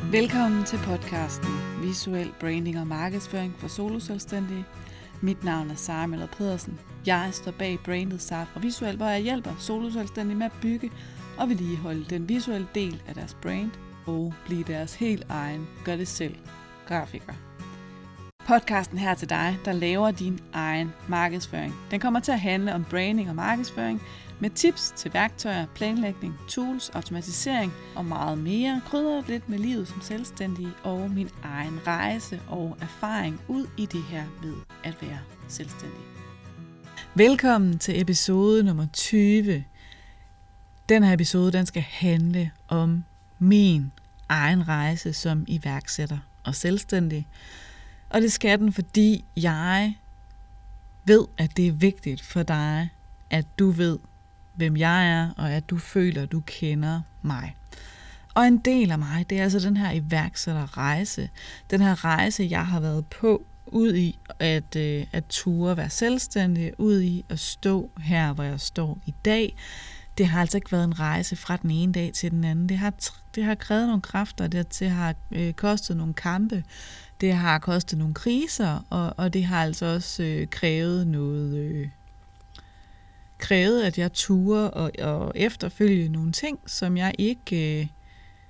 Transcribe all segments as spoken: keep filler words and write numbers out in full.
Velkommen til podcasten Visuel Branding og Markedsføring for Soloselvstændige. Mit navn er Sara Møller Pedersen. Jeg står bag brandet Sara fra Visuel, hvor jeg hjælper soloselvstændige med at bygge og vedligeholde den visuelle del af deres brand og blive deres helt egen gør det selv grafiker. Podcasten her til dig, der laver din egen markedsføring. Den kommer til at handle om branding og markedsføring med tips til værktøjer, planlægning, tools, automatisering og meget mere. Krydret lidt med livet som selvstændig og min egen rejse og erfaring ud i det her med at være selvstændig. Velkommen til episode nummer tyve. Den her episode den skal handle om min egen rejse som iværksætter og selvstændig. Og det skal den, fordi jeg ved, at det er vigtigt for dig, at du ved, hvem jeg er, og at du føler, at du kender mig. Og en del af mig, det er altså den her iværksætterrejse. Den her rejse, jeg har været på, ud i at, øh, at ture være selvstændig, ud i at stå her, hvor jeg står i dag. Det har altså ikke været en rejse fra den ene dag til den anden. Det har, det har krævet nogle kræfter, det har øh, kostet nogle kampe, det har kostet nogle kriser, og, og det har altså også øh, krævet noget... Øh, krævede, at jeg turde og, og efterfølge nogle ting, som jeg ikke øh,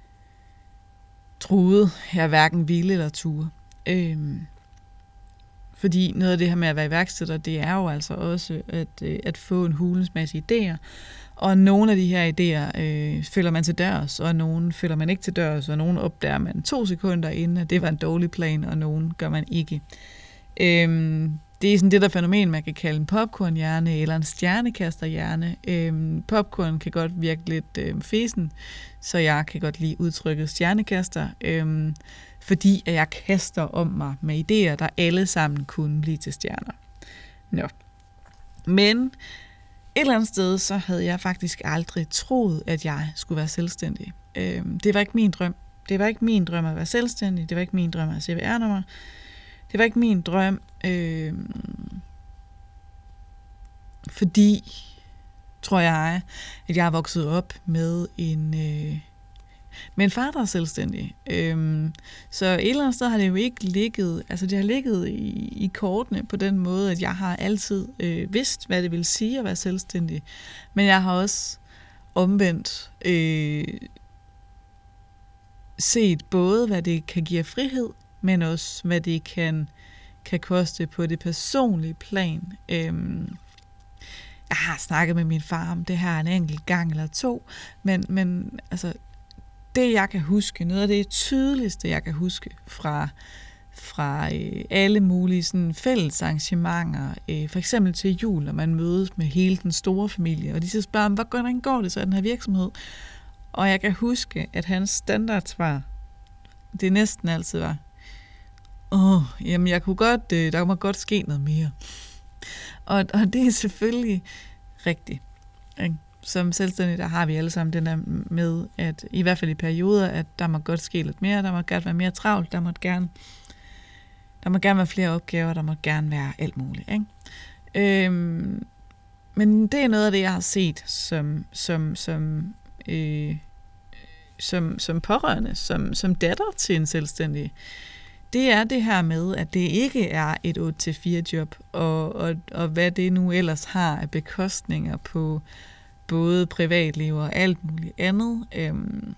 troede, jeg hverken ville eller turde. Øhm, fordi noget af det her med at være iværksætter, det er jo altså også at, øh, at få en hulens masse idéer. Og nogle af de her idéer øh, følger man til dørs, og nogle følger man ikke til dørs, og nogle opdager man to sekunder inden, at det var en dårlig plan, og nogle gør man ikke. Øhm, Det er sådan det der fænomen, man kan kalde en popcornhjerne eller en stjernekasterhjerne. Øhm, popcorn kan godt virke lidt øhm, fesen, så jeg kan godt lide udtrykket stjernekaster, øhm, fordi at jeg kaster om mig med idéer, der alle sammen kunne blive til stjerner. Nå. Men et eller andet sted, så havde jeg faktisk aldrig troet, at jeg skulle være selvstændig. Øhm, det var ikke min drøm. Det var ikke min drøm at være selvstændig. Det var ikke min drøm at have C V R-nummer. Det var ikke min drøm, øh, fordi, tror jeg, at jeg er vokset op med en, øh, med en far, der er selvstændig. Øh, så et eller andet sted har det jo ikke ligget, altså det har ligget i, i kortene på den måde, at jeg har altid øh, vidst, hvad det vil sige at være selvstændig. Men jeg har også omvendt øh, set både, hvad det kan give af frihed, men også hvad det kan, kan koste på det personlige plan. Øhm, jeg har snakket med min far om det her en enkelt gang eller to, men, men altså, det jeg kan huske, noget af det tydeligste jeg kan huske fra, fra øh, alle mulige sådan, fælles arrangementer, øh, for eksempel til jul, når man mødes med hele den store familie, og de så spørger, hvordan går det så i den her virksomhed? Og jeg kan huske, at hans standardsvar, det næsten altid var, Åh, oh, jamen jeg kunne godt, der må godt ske noget mere. Og, og det er selvfølgelig rigtigt. Ikke? Som selvstændige, der har vi alle sammen den der med, at i hvert fald i perioder, at der må godt ske lidt mere, der må gerne være mere travlt, der må gerne, der må gerne være flere opgaver, der må gerne være alt muligt. Ikke? Øhm, men det er noget af det, jeg har set som, som, som, øh, som, som pårørende, som, som datter til en selvstændig. Det er det her med, at det ikke er et otte til fire job, og, og, og hvad det nu ellers har af bekostninger på både privatliv og alt muligt andet. Øhm,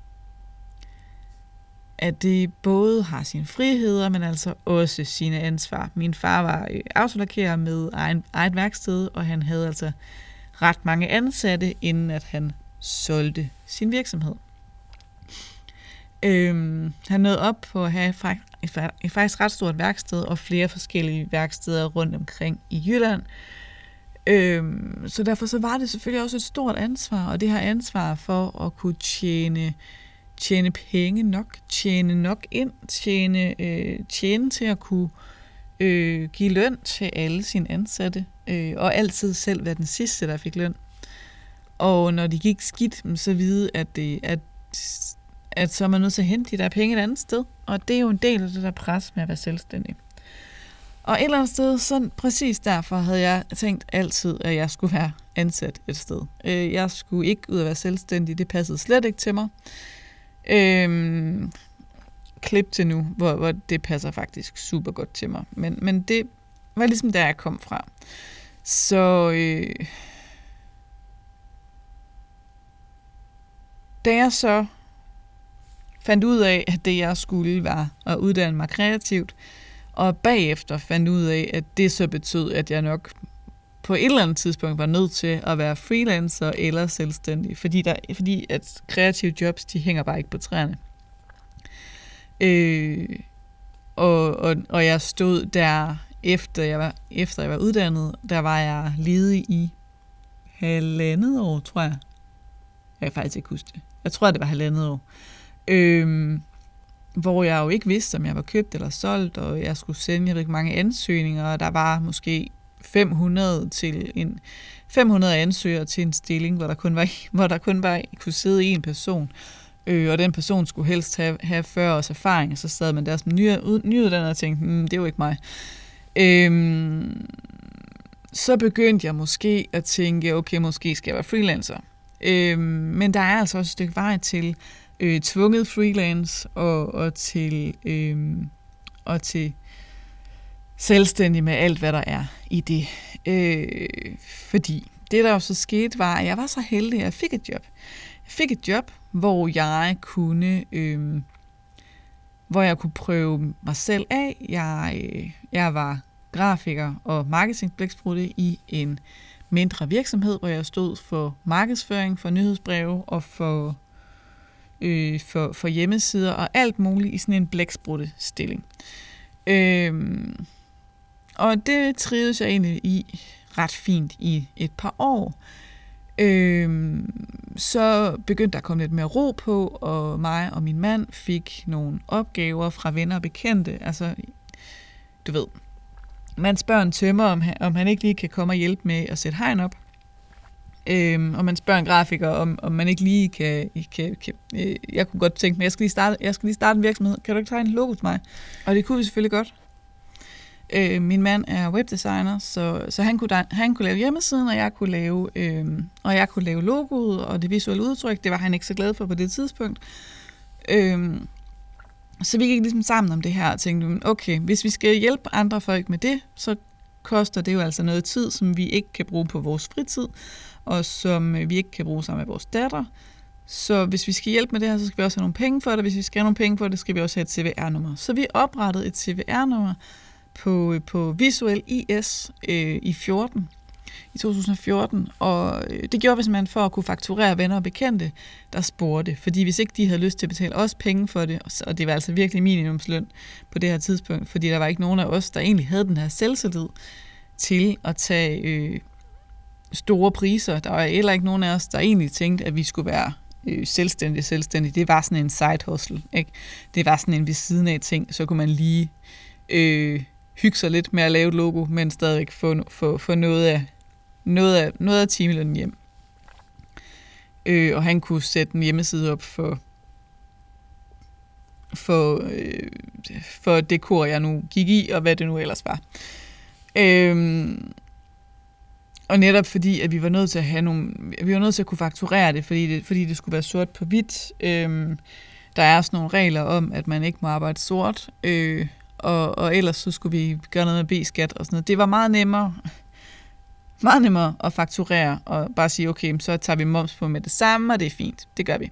at det både har sine friheder, men altså også sine ansvar. Min far var autolakerer med egen, eget værksted, og han havde altså ret mange ansatte, inden at han solgte sin virksomhed. Øhm, han nåede op på at have et, et faktisk ret stort værksted og flere forskellige værksteder rundt omkring i Jylland. Øhm, så derfor så var det selvfølgelig også et stort ansvar, og det her ansvar for at kunne tjene, tjene penge nok, tjene nok ind, tjene, øh, tjene til at kunne øh, give løn til alle sine ansatte, øh, og altid selv være den sidste, der fik løn. Og når de gik skidt, så vide, at det at at så er man nødt til at hente de der penge et andet sted. Og det er jo en del af det der pres med at være selvstændig. Og et eller andet sted, så præcis derfor havde jeg tænkt altid, at jeg skulle være ansat et sted. Jeg skulle ikke ud at være selvstændig, det passede slet ikke til mig. Øhm, klip til nu, hvor, hvor det passer faktisk super godt til mig. Men, men det var ligesom der, jeg kom fra. Så øh, da jeg så fandt ud af, at det jeg skulle var at uddanne mig kreativt, og bagefter fandt ud af, at det så betød, at jeg nok på et eller andet tidspunkt var nødt til at være freelancer eller selvstændig, fordi, der, fordi at kreative jobs, de hænger bare ikke på træerne. Øh, og, og, og jeg stod der, efter jeg, var, efter jeg var uddannet, der var jeg ledig i halvandet år, tror jeg. Jeg kan faktisk ikke huske det. Jeg tror, det var halvandet år. Øh, hvor jeg jo ikke vidste, om jeg var købt eller solgt, og jeg skulle sende, jeg ved ikke, mange ansøgninger, og der var måske fem hundrede til en fem hundrede ansøgere til en stilling, hvor der kun var, hvor der kun var kunne sidde en person, øh, og den person skulle helst have, have fyrre års erfaring, og så sad man der som ny, nyuddannet og tænkte, hm, det er jo ikke mig. Øhm, så begyndte jeg måske at tænke, okay, måske skal jeg være freelancer. Øhm, men der er altså også et stykke vej til øh, tvunget freelance og, og til øh, og til selvstændig med alt, hvad der er i det. Øh, fordi det, der jo så skete, var, at jeg var så heldig, at jeg fik et job. Jeg fik et job, hvor jeg kunne, øh, hvor jeg kunne prøve mig selv af. Jeg, øh, jeg var grafiker og marketingblæksprutte i en mindre virksomhed, hvor jeg stod for markedsføring, for nyhedsbreve og for, øh, for, for hjemmesider og alt muligt i sådan en blæksprutte stilling. Øh, Og det trivedes jeg egentlig i ret fint i et par år. Øhm, så begyndte der at komme lidt mere ro på, og mig og min mand fik nogle opgaver fra venner og bekendte. Altså, du ved, man spørger en tømrer, om han, om han ikke lige kan komme og hjælpe med at sætte hegn op. Øhm, og man spørger en grafiker, om, om man ikke lige kan... kan, kan øh, jeg kunne godt tænke mig, jeg skal lige starte, jeg skal lige starte en virksomhed. Kan du ikke tegne en logo til mig? Og det kunne vi selvfølgelig godt. Øh, min mand er webdesigner, så, så han, kunne, han kunne lave hjemmesiden, og jeg kunne lave, øh, og jeg kunne lave logoet og det visuelle udtryk. Det var han ikke så glad for på det tidspunkt. Øh, så vi gik ligesom sammen om det her og tænkte, okay, hvis vi skal hjælpe andre folk med det, så koster det jo altså noget tid, som vi ikke kan bruge på vores fritid, og som vi ikke kan bruge sammen med vores datter. Så hvis vi skal hjælpe med det her, så skal vi også have nogle penge for det. Hvis vi skal have nogle penge for det, skal vi også have et C V R-nummer. Så vi oprettede et C V R-nummer på, på Visuel I S øh, i fjorten, i to tusind og fjorten, og det gjorde vi simpelthen for at kunne fakturere venner og bekendte, der spurgte, fordi hvis ikke de havde lyst til at betale os penge for det, og det var altså virkelig minimumsløn på det her tidspunkt, fordi der var ikke nogen af os, der egentlig havde den her selvtillid til at tage øh, store priser. Der var heller ikke nogen af os, der egentlig tænkte, at vi skulle være øh, selvstændige, selvstændige. Det var sådan en side hustle, ikke? Det var sådan en ved siden af ting, så kunne man lige øh, hygge sig lidt med at lave et logo, men stadigvæk få, få, få noget af noget af, noget af timelønnen hjem. Øh, og han kunne sætte en hjemmeside op for for, øh, for dekor, jeg nu gik i, og hvad det nu ellers var. Øh, og netop fordi, at vi var nødt til at have nogle, vi var nødt til at kunne fakturere det, fordi det, fordi det skulle være sort på hvidt. Øh, der er også nogle regler om, at man ikke må arbejde sort, øh, og, og ellers så skulle vi gøre noget med B-skat og sådan noget. Det var meget nemmere Meget nemmere at fakturere og bare sige, okay, så tager vi moms på med det samme, og det er fint. Det gør vi.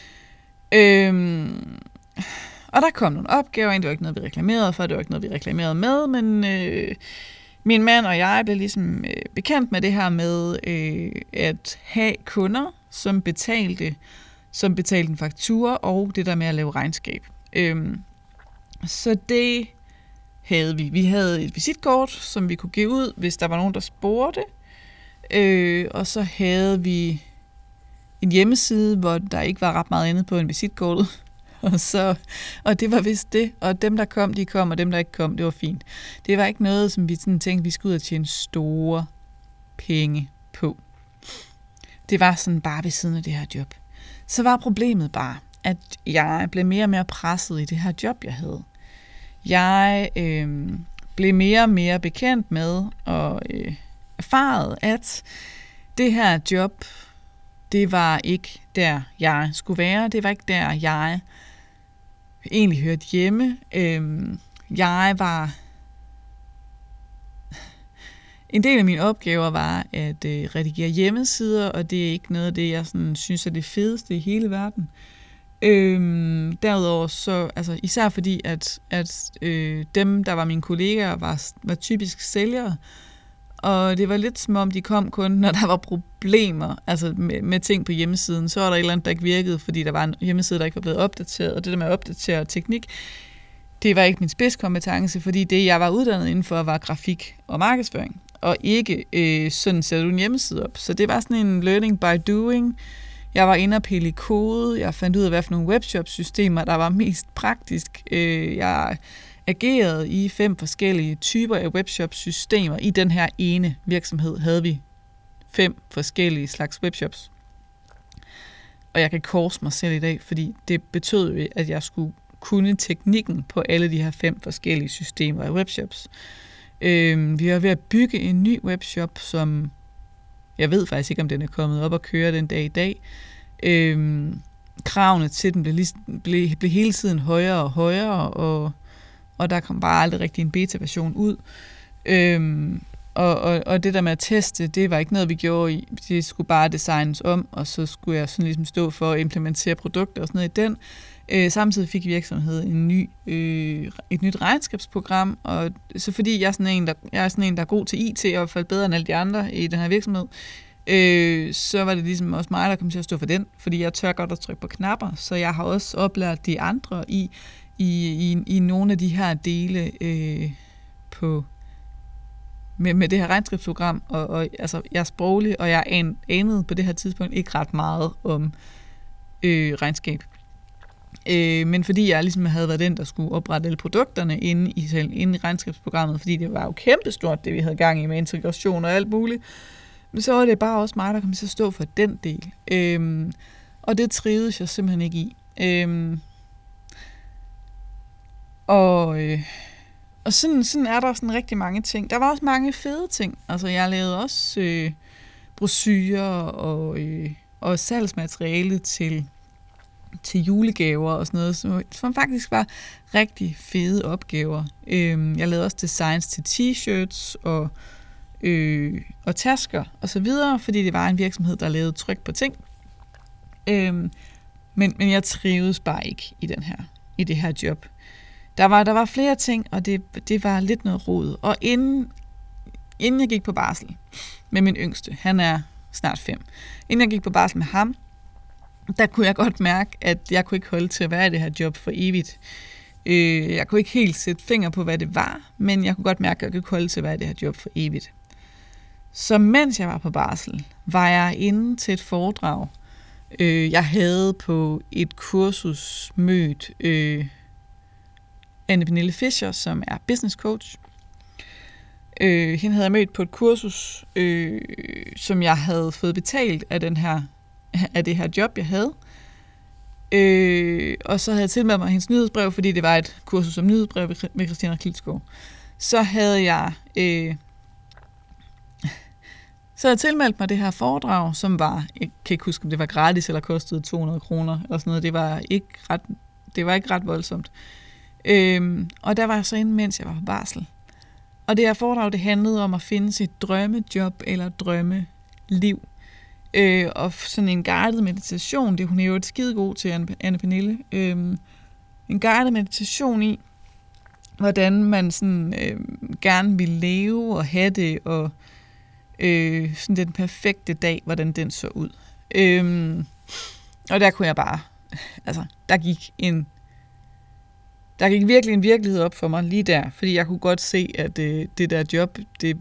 Øhm, og der kom nogle opgaver ind. Det var ikke noget, vi reklamerede for. Det var ikke noget, vi reklamerede med. Men øh, min mand og jeg blev ligesom øh, bekendt med det her med øh, at have kunder, som betalte, som betalte en faktura, og det der med at lave regnskab. Øhm, så det havde vi. Vi havde et visitkort, som vi kunne give ud, hvis der var nogen, der spurgte. Øh, og så havde vi en hjemmeside, hvor der ikke var ret meget andet på end visitkortet. og, så, og det var vist det. Og dem, der kom, de kom, og dem, der ikke kom, det var fint. Det var ikke noget, som vi sådan tænkte, vi skulle ud og tjene store penge på. Det var sådan bare ved siden af det her job. Så var problemet bare, at jeg blev mere og mere presset i det her job, jeg havde. Jeg øh, blev mere og mere bekendt med og øh, erfaret, at det her job, det var ikke der, jeg skulle være. Det var ikke der, jeg egentlig hørte hjemme. Øhm, jeg var... En del af mine opgaver var at øh, redigere hjemmesider, og det er ikke noget af det, jeg sådan, synes er det fedeste i hele verden. Øhm, derudover så, altså især fordi, at, at øh, dem, der var mine kollegaer, var, var typisk sælgere, og det var lidt som om, de kom kun, når der var problemer altså med, med ting på hjemmesiden. Så var der et eller andet, der ikke virkede, fordi der var en hjemmeside, der ikke var blevet opdateret, og det der med at opdatere teknik, det var ikke min spidskompetence, fordi det, jeg var uddannet inden for, var grafik og markedsføring, og ikke øh, sådan sætter du en hjemmeside op. Så det var sådan en learning by doing. Jeg var inde og pille i kode, jeg fandt ud af, hvad for nogle webshop-systemer, der var mest praktisk. Øh, jeg agerede i fem forskellige typer af webshop-systemer. I den her ene virksomhed havde vi fem forskellige slags webshops. Og jeg kan korse mig selv i dag, fordi det betød jo, at jeg skulle kunne teknikken på alle de her fem forskellige systemer af webshops. Øh, vi var ved at bygge en ny webshop, som jeg ved faktisk ikke, om den er kommet op og køre den dag i dag. Øh, kravene til den blev, lige, blev, blev hele tiden højere og højere, og, og der kom bare aldrig rigtig en beta-version ud. Øh, og, og, og det der med at teste, det var ikke noget, vi gjorde i. Det skulle bare designes om, og så skulle jeg sådan ligesom stå for at implementere produkter og sådan noget i den. Øh, samtidig fik virksomheden en ny, øh, et nyt regnskabsprogram, og så fordi jeg er, sådan en, der, jeg er sådan en, der er god til I T, og i hvert fald bedre end alle de andre i den her virksomhed, øh, så var det ligesom også mig, der kom til at stå for den, fordi jeg tør godt at trykke på knapper, så jeg har også oplært de andre i, i, i, i nogle af de her dele øh, på, med, med det her regnskabsprogram, og, og altså, jeg er sproglig, og jeg an, anede på det her tidspunkt ikke ret meget om øh, regnskab. Øh, men fordi jeg ligesom havde været den, der skulle oprette alle produkterne inde i, inde i regnskabsprogrammet, fordi det var jo kæmpestort, det vi havde gang i med integration og alt muligt, men så var det bare også mig, der kom til at stå for den del. Øh, og det trivedes jeg simpelthen ikke i. Øh, og øh, og sådan, sådan er der sådan rigtig mange ting. Der var også mange fede ting. Altså jeg lavede også øh, brochurer og, øh, og salgsmateriale til til julegaver og sådan noget, som, som faktisk var rigtig fede opgaver. Øh, jeg lavede også designs til t-shirts og, øh, og tasker og så videre, fordi det var en virksomhed, der lavede tryk på ting. Øh, men, men jeg trivedes bare ikke i, den her, i det her job. Der var, der var flere ting, og det, det var lidt noget rod. Og inden, inden jeg gik på barsel med min yngste, han er snart fem, inden jeg gik på barsel med ham, der kunne jeg godt mærke, at jeg kunne ikke holde til at være i det her job for evigt. Øh, jeg kunne ikke helt sætte finger på, hvad det var, men jeg kunne godt mærke, at jeg ikke kunne holde til at være i det her job for evigt. Så mens jeg var på barsel, var jeg inde til et foredrag. Øh, jeg havde på et kursus mødt øh, Anne Pernille Fischer, som er business coach. Øh, hende havde jeg mødt på et kursus, øh, som jeg havde fået betalt af den her af det her job, jeg havde. Øh, og så havde jeg tilmeldt mig hendes nyhedsbrev, fordi det var et kursus om nyhedsbrev med Christina Klitskov. Så havde jeg øh, så havde jeg tilmeldt mig det her foredrag, som var, jeg kan ikke huske, om det var gratis eller kostede to hundrede kroner eller sådan noget. Det var ikke ret, det var ikke ret voldsomt. Øh, og der var jeg så inde, mens jeg var på barsel. Og det her foredrag, det handlede om at finde sit drømmejob eller drømmeliv. Øh, og sådan en guided meditation, det hun er jo et skide god til, Anne Pernille. Øh, en guided meditation i, hvordan man sådan øh, gerne vil leve og have det, og øh, sådan den perfekte dag, hvordan den så ud. Øh, og der kunne jeg bare, altså, der gik en, der gik virkelig en virkelighed op for mig lige der, fordi jeg kunne godt se, at øh, det der job, det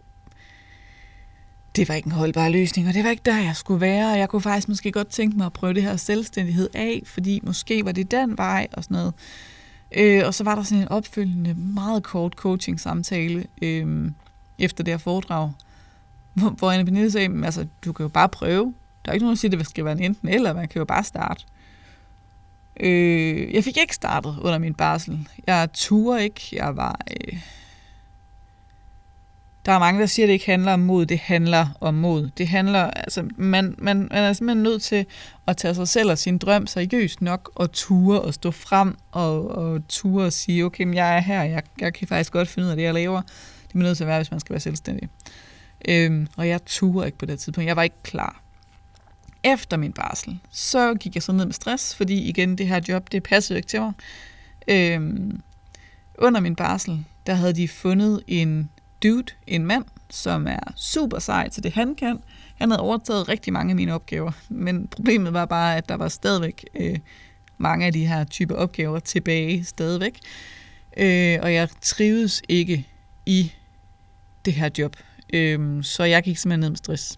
Det var ikke en holdbar løsning, og det var ikke der, jeg skulle være. Og jeg kunne faktisk måske godt tænke mig at prøve det her selvstændighed af, fordi måske var det den vej og sådan noget. Øh, og så var der sådan en opfølgende, meget kort coaching-samtale øh, efter det her foredrag, hvor, hvor Anne Pernille sagde, altså, du kan jo bare prøve. Der er ikke nogen, der siger, at det skal være en enten eller, man kan jo bare starte. Øh, jeg fik ikke startet under min barsel. Jeg turde ikke. Jeg var... Øh, Der er mange, der siger, at det ikke handler om mod. Det handler om mod. Det handler, altså, man, man, man er simpelthen nødt til at tage sig selv og sin drøm seriøst nok, og ture og stå frem, og, og ture og sige, okay, men jeg er her, jeg, jeg kan faktisk godt finde ud af det, jeg laver. Det er nødt til at være, hvis man skal være selvstændig. Øhm, og jeg turde ikke på det tidspunkt. Jeg var ikke klar. Efter min barsel, så gik jeg så ned med stress, fordi igen, det her job, det passede ikke til mig. Øhm, under min barsel, der havde de fundet en dude, en mand, som er super sej til det, han kan. Han havde overtaget rigtig mange af mine opgaver, men problemet var bare, at der var stadigvæk øh, mange af de her typer opgaver tilbage stadigvæk. Øh, og jeg trivedes ikke i det her job, øh, så jeg gik simpelthen ned med stress.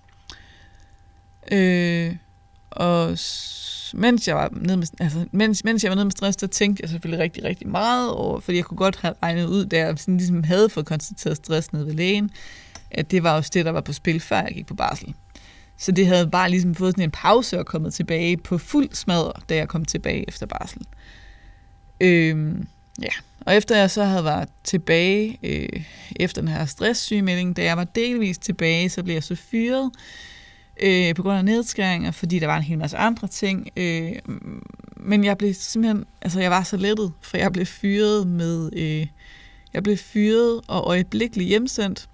Øh, og mens jeg var nede med, altså, mens, mens jeg var nede med stress, der tænkte jeg selvfølgelig rigtig, rigtig meget over, fordi jeg kunne godt have regnet ud, da jeg sådan ligesom havde fået konstateret stress nede ved lægen, at det var også det, der var på spil, før jeg gik på barsel. Så det havde bare ligesom fået sådan en pause og kommet tilbage på fuld smadre, da jeg kom tilbage efter barsel. Øh, ja. Og efter jeg så havde været tilbage, øh, efter den her stresssygemelding, da jeg var delvis tilbage, så blev jeg så fyret, Øh, på grund af nedskæringer, fordi der var en hel masse andre ting. Øh, men jeg blev simpelthen, altså jeg var så lettet, for jeg blev fyret med, øh, jeg blev fyret og øjeblikkeligt hjemsendt,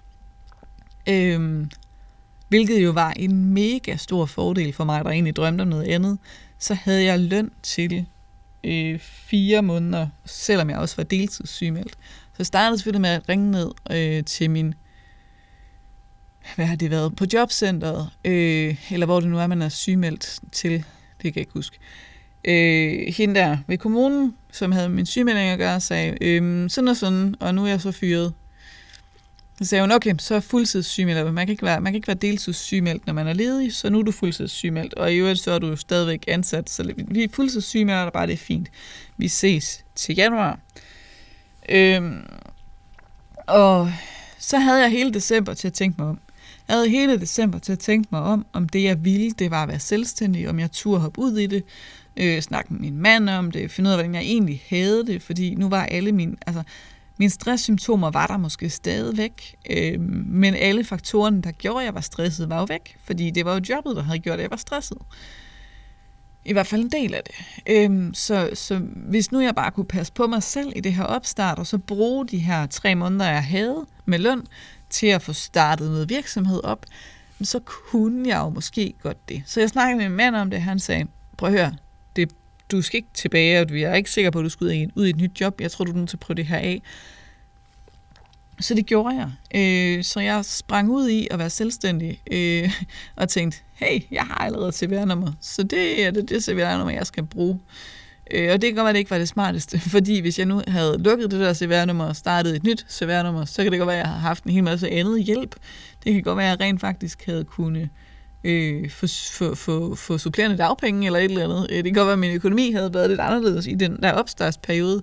øh, hvilket jo var en mega stor fordel for mig, der egentlig drømte om noget andet. Så havde jeg løn til øh, fire måneder, selvom jeg også var deltidssygemeldt. Så jeg startede selvfølgelig med at ringe ned øh, til min hvad har det været, på jobcentret, øh, eller hvor det nu er, man er sygemeldt til, det kan jeg ikke huske. Øh, hende der ved kommunen, som havde min sygemelding at gøre, sagde, øh, sådan og sådan, og nu er jeg så fyret. Så sagde hun, okay, så er fuldtidssygemeldt, man kan ikke være, man kan ikke være deltidssygemeldt, når man er ledig, så nu er du fuldtidssygemeldt, og i øvrigt så er du stadigvæk ansat, så vi er fuldtidssygemeldt, og bare det er fint. Vi ses til januar. Øh, og så havde jeg hele december til at tænke mig om. Jeg havde hele december til at tænke mig om, om det jeg ville, det var at være selvstændig, om jeg turde hoppe ud i det, øh, snakke med min mand om det, finde ud af, hvordan jeg egentlig havde det, fordi nu var alle mine, altså mine stresssymptomer var der måske stadigvæk, øh, men alle faktorerne, der gjorde, at jeg var stresset, var jo væk, fordi det var jo jobbet, der havde gjort, at jeg var stresset. I hvert fald en del af det. Øh, så, så hvis nu jeg bare kunne passe på mig selv i det her opstart, og så bruge de her tre måneder, jeg havde med løn, til at få startet noget virksomhed op, så kunne jeg jo måske godt det. Så jeg snakkede med min mand om det, han sagde, prøv at høre, det, du skal ikke tilbage, og jeg er ikke sikker på, at du skal ud i, ud i et nyt job, jeg tror, du er nødt til at prøve det her af. Så det gjorde jeg. Øh, så jeg sprang ud i at være selvstændig, øh, og tænkte, hey, jeg har allerede C V R-nummer, så det er det, det C V R-nummer, jeg skal bruge. Øh, og det kan godt være, at det ikke var det smarteste, fordi hvis jeg nu havde lukket det der C V R-nummer og startet et nyt C V R-nummer, så kan det godt være, at jeg havde haft en hel masse andet hjælp. Det kan godt være, at jeg rent faktisk havde kunnet øh, få, få, få, få supplerende dagpenge eller et eller andet. Det kan godt være, at min økonomi havde været lidt anderledes i den der opstartsperiode.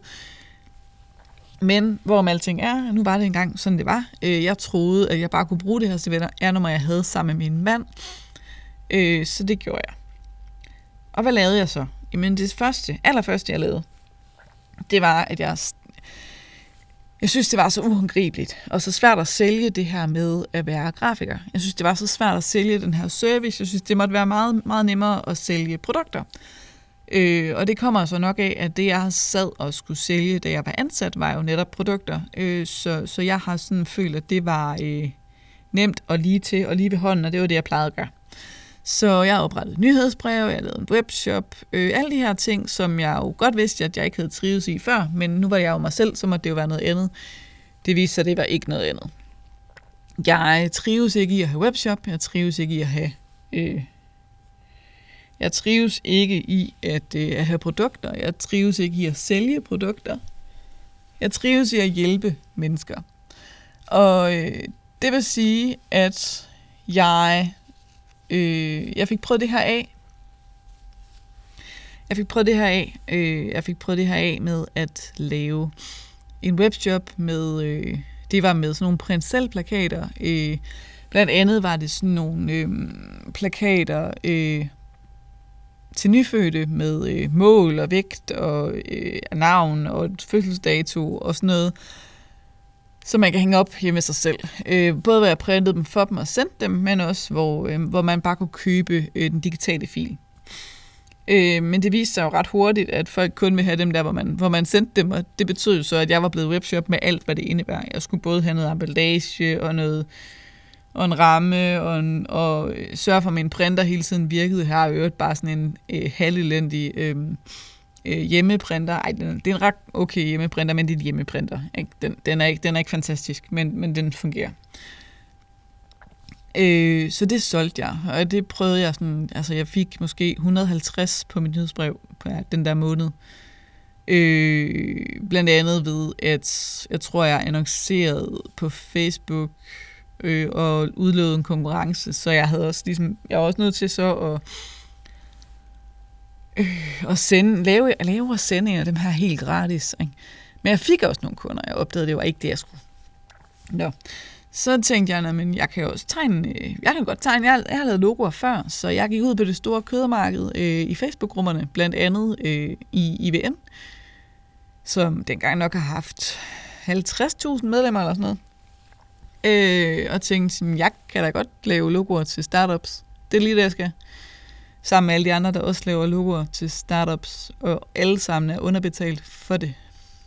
Men hvorom alting er, nu var det engang sådan, det var. Jeg troede, at jeg bare kunne bruge det her C V R-nummer, jeg havde sammen med min mand. Så det gjorde jeg. Og hvad lavede jeg så? Jamen det første, allerførste jeg lavede, det var, at jeg, jeg synes, det var så uhåndgribeligt og så svært at sælge det her med at være grafiker. Jeg synes, det var så svært at sælge den her service. Jeg synes, det måtte være meget, meget nemmere at sælge produkter. Øh, og det kommer så nok af, at det, jeg sad og skulle sælge, da jeg var ansat, var jo netop produkter. Øh, så, så jeg har sådan følt, at det var øh, nemt og lige til og lige ved hånden, og det var det, jeg plejede at gøre. Så jeg oprettede nyhedsbreve, jeg lavede en webshop, øh, alle de her ting, som jeg jo godt vidste, at jeg ikke havde trives i før, men nu var jeg jo mig selv, så måtte det jo være noget andet. Det viste sig, at det var ikke noget andet. Jeg trives ikke i at have webshop, jeg trives ikke i at have... Øh, jeg trives ikke i at, øh, at have produkter, jeg trives ikke i at sælge produkter. Jeg trives i at hjælpe mennesker. Og øh, det vil sige, at jeg... Øh, jeg fik prøvet det her af. Jeg fik prøvet det her af. Øh, jeg fik prøvet det her af med at lave en webshop med, øh, det var med sådan nogle print selv plakater. Øh, blandt andet var det sådan nogle øh, plakater øh, til nyfødte med øh, mål og vægt og øh, navn og fødselsdato og sådan noget. så man kan hænge op hjemme med sig selv. Øh, både hvor jeg printede dem for dem og sendte dem, men også hvor, øh, hvor man bare kunne købe øh, den digitale fil. Øh, men det viste sig jo ret hurtigt, at folk kun vil have dem der, hvor man, hvor man sendte dem, og det betød så, at jeg var blevet webshop med alt, hvad det indebærer. Jeg skulle både have noget emballage og noget og en ramme, og, en, og sørge for, at min printer hele tiden virkede. Her har jeg øvrigt bare sådan en øh, halvelendig øh, øh, hjemmeprinter. Ej, den, det er en ret okay hjemmeprinter, men det er en hjemmeprinter. Ikke? Den, den, er ikke, den er ikke fantastisk, men, men den fungerer. Øh, så det solgte jeg, og det prøvede jeg sådan, altså jeg fik måske et hundrede og halvtreds på mit nyhedsbrev på ja, den der måned. Øh, blandt andet ved, at jeg tror, jeg annoncerede på Facebook øh, og udløbede en konkurrence, så jeg havde også ligesom, jeg var også nødt til så at, øh, at sende, lave, lave og sende en af dem her helt gratis. Ikke? Men jeg fik også nogle kunder, jeg opdagede, det var ikke det, jeg skulle. Nå. Så tænkte jeg, men jeg kan jo også tegne, jeg kan godt tegne, jeg, jeg har lavet logoer før, så jeg gik ud på det store kødmarked øh, i Facebook-grupperne, blandt andet øh, i I V N, som dengang nok har haft halvtreds tusind medlemmer eller sådan noget. Øh, og tænkte, jeg kan da godt lave logoer til startups. Det er lige det, jeg skal. Sammen med alle de andre, der også laver logoer til startups, og alle sammen er underbetalt for det.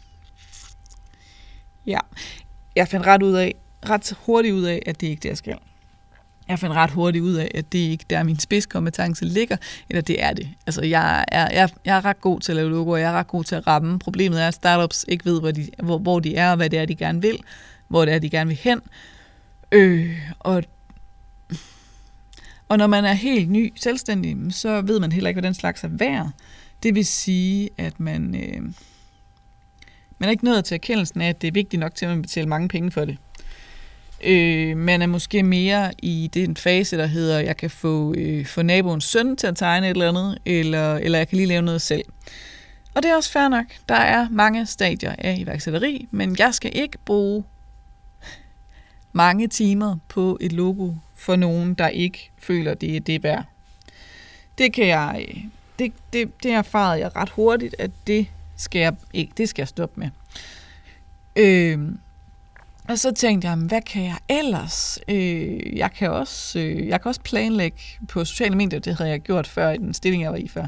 Ja, jeg fandt ret ud af, ret hurtigt ud af, at det ikke er det, jeg skal. Jeg fandt ret hurtigt ud af, at det ikke der min spidskompetence ligger, eller det er det. Altså, jeg er, jeg, jeg er ret god til at lave logoer, jeg er ret god til at ramme. Problemet er, at startups ikke ved, hvor de, hvor, hvor de er, og hvad det er, de gerne vil, hvor det er, de gerne vil hen. Øh, og, og når man er helt ny selvstændig, så ved man heller ikke, hvad den slags er værd. Det vil sige, at man, øh, man er ikke nået til erkendelsen af, at det er vigtigt nok til, at man betaler mange penge for det. Øh, man er måske mere i den fase, der hedder, jeg kan få, øh, få naboens søn til at tegne et eller andet, eller, eller jeg kan lige lave noget selv. Og det er også fair nok. Der er mange stadier af iværksætteri, men jeg skal ikke bruge mange timer på et logo for nogen, der ikke føler, det er det værd. Det kan jeg, det, det, det erfarede jeg ret hurtigt, at det skal jeg ikke, det skal jeg stoppe med. Øh, Og så tænkte jeg, hvad kan jeg ellers? Øh, jeg, kan også, øh, jeg kan også planlægge på sociale medier, det havde jeg gjort før i den stilling, jeg var i før.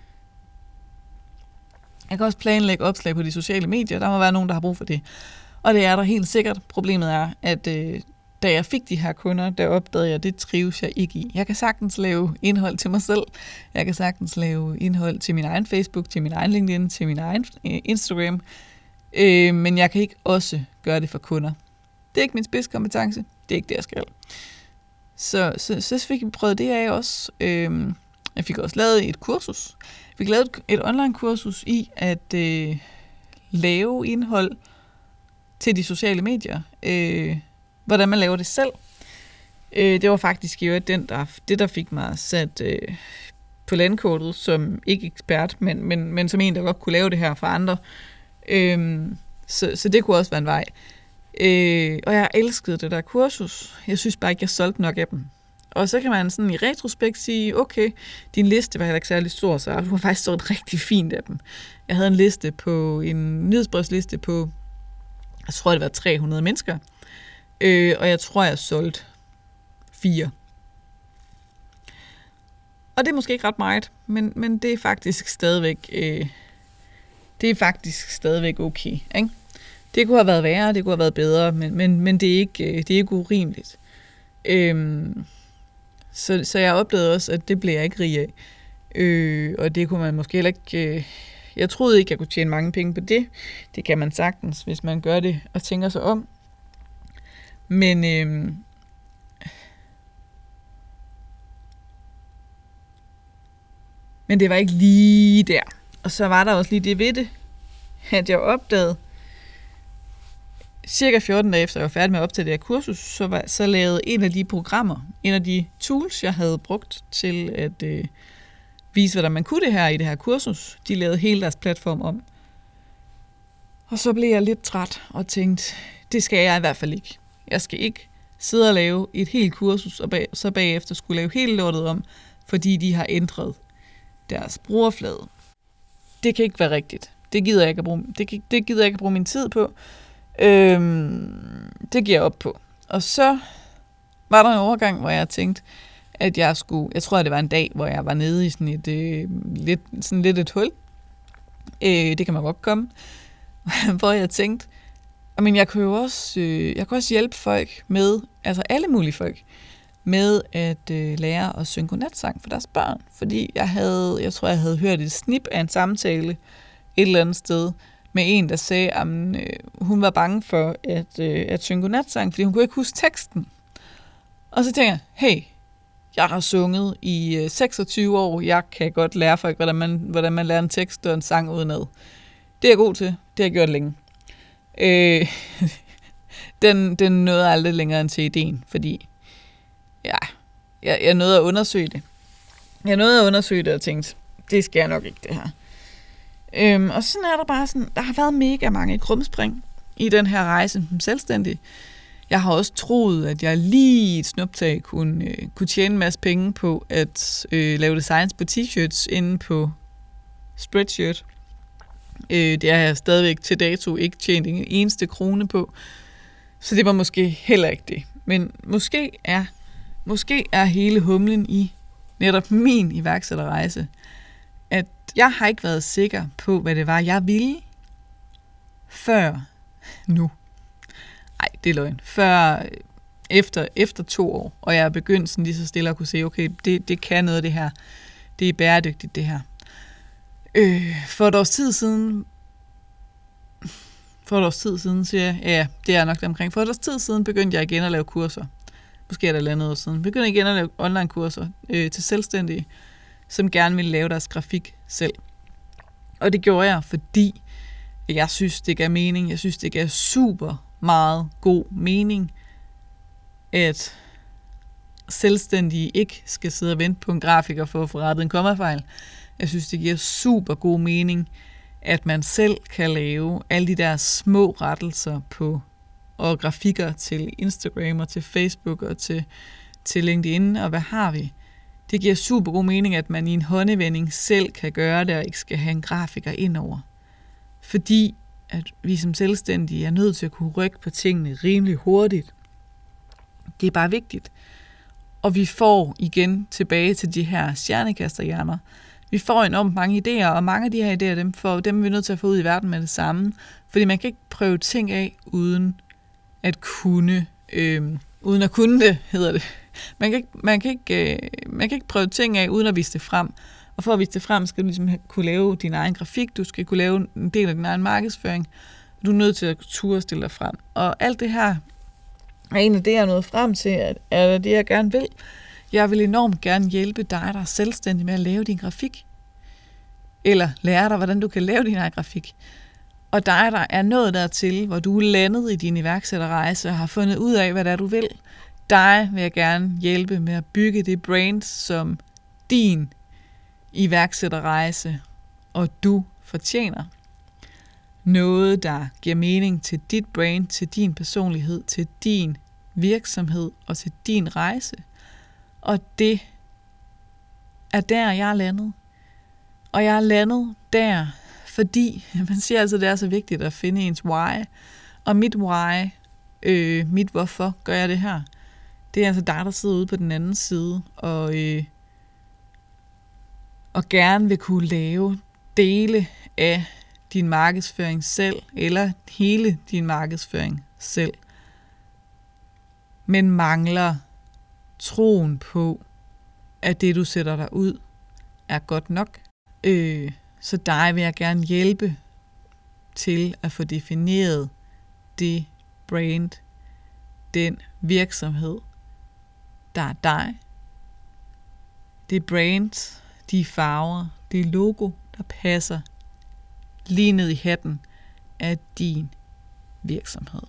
Jeg kan også planlægge opslag på de sociale medier, der må være nogen, der har brug for det. Og det er der helt sikkert. Problemet er, at øh, da jeg fik de her kunder, der opdagede jeg, at det trives jeg ikke i. Jeg kan sagtens lave indhold til mig selv. Jeg kan sagtens lave indhold til min egen Facebook, til min egen LinkedIn, til min egen øh, Instagram. Øh, men jeg kan ikke også gøre det for kunder. Det er ikke min spidskompetence. Det er ikke det, jeg skal. Så, så, så fik vi prøvet det af også. Øhm, jeg fik også lavet et kursus. Vi fik lavet et, et online-kursus i at øh, lave indhold til de sociale medier. Øh, hvordan man laver det selv. Øh, det var faktisk jo den, der, det, der fik mig sat øh, på landkortet som ikke ekspert, men, men, men som en, der godt kunne lave det her for andre. Øh, så, så det kunne også være en vej. Øh, og jeg elskede det der kursus. Jeg synes bare ikke, jeg solgte nok af dem. Og så kan man sådan i retrospekt sige, okay, din liste var heller ikke særlig stor, så du har faktisk solgt rigtig fint af dem. Jeg havde en liste på, en nyhedsbrevsliste på, jeg tror det var tre hundrede mennesker, øh, og jeg tror, jeg solgte fire. Og det er måske ikke ret meget, men, men det er faktisk stadigvæk, øh, det er faktisk stadigvæk okay, ikke? Det kunne have været værre, det kunne have været bedre, men, men, men det, er ikke, det er ikke urimeligt. Øhm, så, så jeg oplevede også, at det blev jeg ikke rig af. Øh, og det kunne man måske heller ikke... Øh, jeg troede ikke, jeg kunne tjene mange penge på det. Det kan man sagtens, hvis man gør det og tænker sig om. Men... Øh, men det var ikke lige der. Og så var der også lige det ved det, at jeg opdagede, cirka fjorten dage efter jeg var færdig med at optage det her kursus, så, var, så lavede en af de programmer, en af de tools, jeg havde brugt til at øh, vise, hvordan man kunne det her i det her kursus, de lavede hele deres platform om. Og så blev jeg lidt træt og tænkte, det skal jeg i hvert fald ikke. Jeg skal ikke sidde og lave et helt kursus, og bag, så bagefter skulle lave hele lortet om, fordi de har ændret deres brugerflade. Det kan ikke være rigtigt. Det gider jeg ikke at bruge, det, det gider jeg ikke at bruge min tid på. Øhm, det giver jeg op på. Og så var der en overgang, hvor jeg tænkte, at jeg skulle, jeg tror, det var en dag, hvor jeg var nede i sådan et, øh, lidt, sådan lidt et hul. Øh, det kan man godt komme. Hvor jeg tænkte, men jeg kunne jo også, øh, jeg kunne også hjælpe folk med, altså alle mulige folk, med at øh, lære at synge godnatsang for deres børn. Fordi jeg havde, jeg tror, jeg havde hørt et snip af en samtale et eller andet sted med en, der sagde, at øh, hun var bange for at, øh, at synge godnatsang, fordi hun kunne ikke huske teksten. Og så tænker jeg, hey, jeg har sunget i øh, seksogtyve år, jeg kan godt lære folk, hvordan man, hvordan man lærer en tekst og en sang udenad. Det er jeg god til, det har jeg gjort længe. Øh, den, den nåede aldrig længere end til ideen, fordi ja, jeg, jeg nåede at undersøge det. Jeg nåede at undersøge det og tænkte, det skal jeg nok ikke, det her. Øhm, og sådan er der bare sådan, der har været mega mange krumspring i den her rejse som selvstændig. Jeg har også troet, at jeg lige i et snuptag kunne, øh, kunne tjene en masse penge på at øh, lave designs på t-shirts inde på Spreadshirt. Øh, det har jeg stadigvæk til dato ikke tjent en eneste krone på. Så det var måske heller ikke det. Men måske er, måske er hele humlen i netop min iværksætterrejse, at jeg har ikke været sikker på, hvad det var, jeg ville, før nu. Nej, det er løgn. Før efter, efter to år, og jeg er begyndt sådan lige så stille at kunne se, okay, det, det kan noget det her. Det er bæredygtigt det her. Øh, for et års tid siden, for et års tid siden, siger jeg, ja, det er nok omkring. For et års tid siden begyndte jeg igen at lave kurser. Måske er det et andet år siden. Begyndte igen at lave online kurser øh, til selvstændige, som gerne ville lave deres grafik selv. Og det gjorde jeg, fordi jeg synes, det gav mening. Jeg synes, det gav super meget god mening, at selvstændige ikke skal sidde og vente på en grafiker for at få rettet en kommafejl. Jeg synes, det giver super god mening, at man selv kan lave alle de der små rettelser på og grafikker til Instagram og til Facebook og til, til LinkedIn, og hvad har vi? Det giver super god mening, at man i en håndevending selv kan gøre det, og ikke skal have en grafiker indover. Fordi at vi som selvstændige er nødt til at kunne rykke på tingene rimelig hurtigt. Det er bare vigtigt. Og vi får igen tilbage til de her stjernekasterhjerner. Vi får enormt mange idéer, og mange af de her idéer, dem, får, dem er vi nødt til at få ud i verden med det samme. Fordi man kan ikke prøve ting af, uden at kunne, øh, uden at kunne det, hedder det. Man kan, ikke, man, kan ikke, øh, man kan ikke prøve ting af, uden at vise det frem. Og for at vise det frem, skal du ligesom kunne lave din egen grafik, du skal kunne lave en del af din egen markedsføring. Du er nødt til at turde stille dig frem. Og alt det her er egentlig det, jeg er nået frem til, at er det, jeg gerne vil. Jeg vil enormt gerne hjælpe dig, der er selvstændig med at lave din grafik. Eller lære dig, hvordan du kan lave din egen grafik. Og dig, der er nået dertil, hvor du er landet i din iværksætterrejse og har fundet ud af, hvad det er, du vil. Dig vil jeg gerne hjælpe med at bygge det brand, som din iværksætterrejse og du fortjener. Noget, der giver mening til dit brand, til din personlighed, til din virksomhed og til din rejse. Og det er der, jeg er landet. Og jeg er landet der, fordi man siger altså, det er så vigtigt at finde ens why. Og mit why, øh, mit hvorfor gør jeg det her, det er altså dig, der sidder ude på den anden side og, øh, og gerne vil kunne lave dele af din markedsføring selv, eller hele din markedsføring selv, men mangler troen på, at det, du sætter dig ud, er godt nok. Øh, så dig vil jeg gerne hjælpe til at få defineret det brand, den virksomhed, der er dig. Det brand, de farver, det logo, der passer lige ned i hatten af din virksomhed.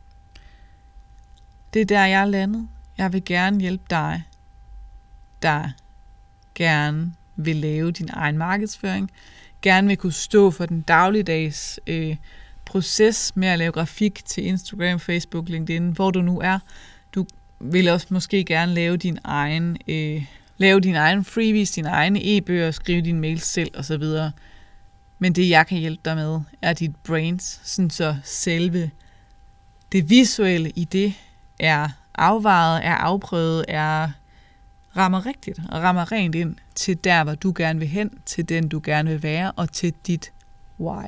Det er der, jeg er landet. Jeg vil gerne hjælpe dig, der gerne vil lave din egen markedsføring, gerne vil kunne stå for den dagligdags øh, proces med at lave grafik til Instagram, Facebook, LinkedIn, hvor du nu er. Du vil også måske gerne lave din egen, øh, lave din egen freebies, dine egne e-bøger, skrive dine mails selv osv. Men det, jeg kan hjælpe dig med, er dit brand, sådan så selve det visuelle i det er afvejet, er afprøvet, er rammer rigtigt og rammer rent ind til der, hvor du gerne vil hen, til den, du gerne vil være, og til dit why.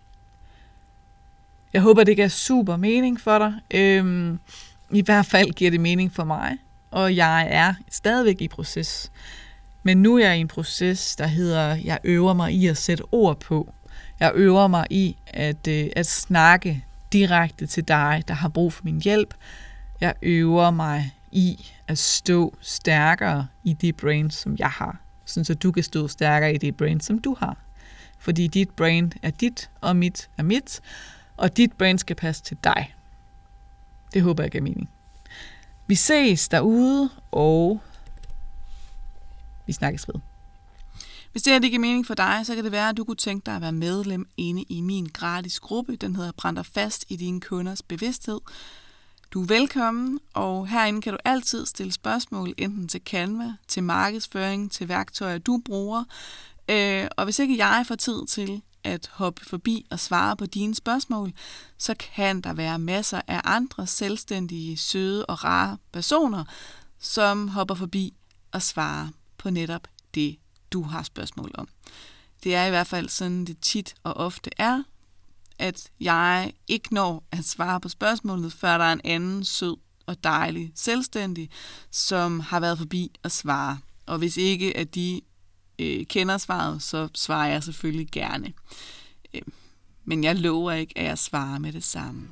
Jeg håber, det giver super mening for dig. Øhm, I hvert fald giver det mening for mig, og jeg er stadigvæk i proces. Men nu er jeg i en proces, der hedder, jeg øver mig i at sætte ord på. Jeg øver mig i at, øh, at snakke direkte til dig, der har brug for min hjælp. Jeg øver mig i at stå stærkere i det brain, som jeg har. Sådan så du kan stå stærkere i det brain, som du har. Fordi dit brain er dit, og mit er mit. Og dit brain skal passe til dig. Det håber jeg giver mening. Vi ses derude, og vi snakkes ved. Hvis det her det giver mening for dig, så kan det være, at du kunne tænke dig at være medlem inde i min gratis gruppe. Den hedder Brænd dig fast i dine kunders bevidsthed. Du er velkommen, og herinde kan du altid stille spørgsmål, enten til Canva, til markedsføring, til værktøjer, du bruger. Og hvis ikke jeg får tid til at hoppe forbi og svare på dine spørgsmål, så kan der være masser af andre selvstændige, søde og rare personer, som hopper forbi og svarer på netop det, du har spørgsmål om. Det er i hvert fald sådan, det tit og ofte er, at jeg ikke når at svare på spørgsmålet, før der er en anden sød og dejlig selvstændig, som har været forbi og svare. Og hvis ikke at de øh, kender svaret, så svarer jeg selvfølgelig gerne. Øh, men jeg lover ikke, at jeg svarer med det samme.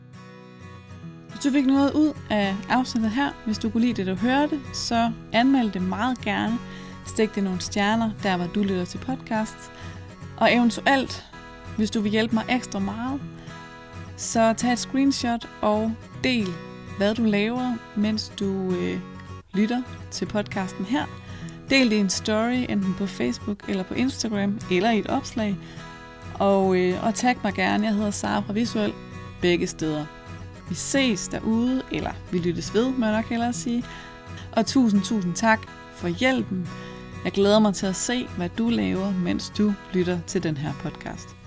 Hvis du fik noget ud af afsnittet her, hvis du kunne lide det, du hørte, så anmeld det meget gerne. Stik det nogle stjerner, der hvor du lytter til podcast. Og eventuelt, hvis du vil hjælpe mig ekstra meget, så tag et screenshot og del, hvad du laver, mens du øh, lytter til podcasten her. Del det i en story, enten på Facebook eller på Instagram, eller i et opslag. Og, øh, og tag mig gerne, jeg hedder Sara fra Visuel, begge steder. Vi ses derude, eller vi lyttes ved, må jeg nok hellere sige. Og tusind, tusind tak for hjælpen. Jeg glæder mig til at se, hvad du laver, mens du lytter til den her podcast.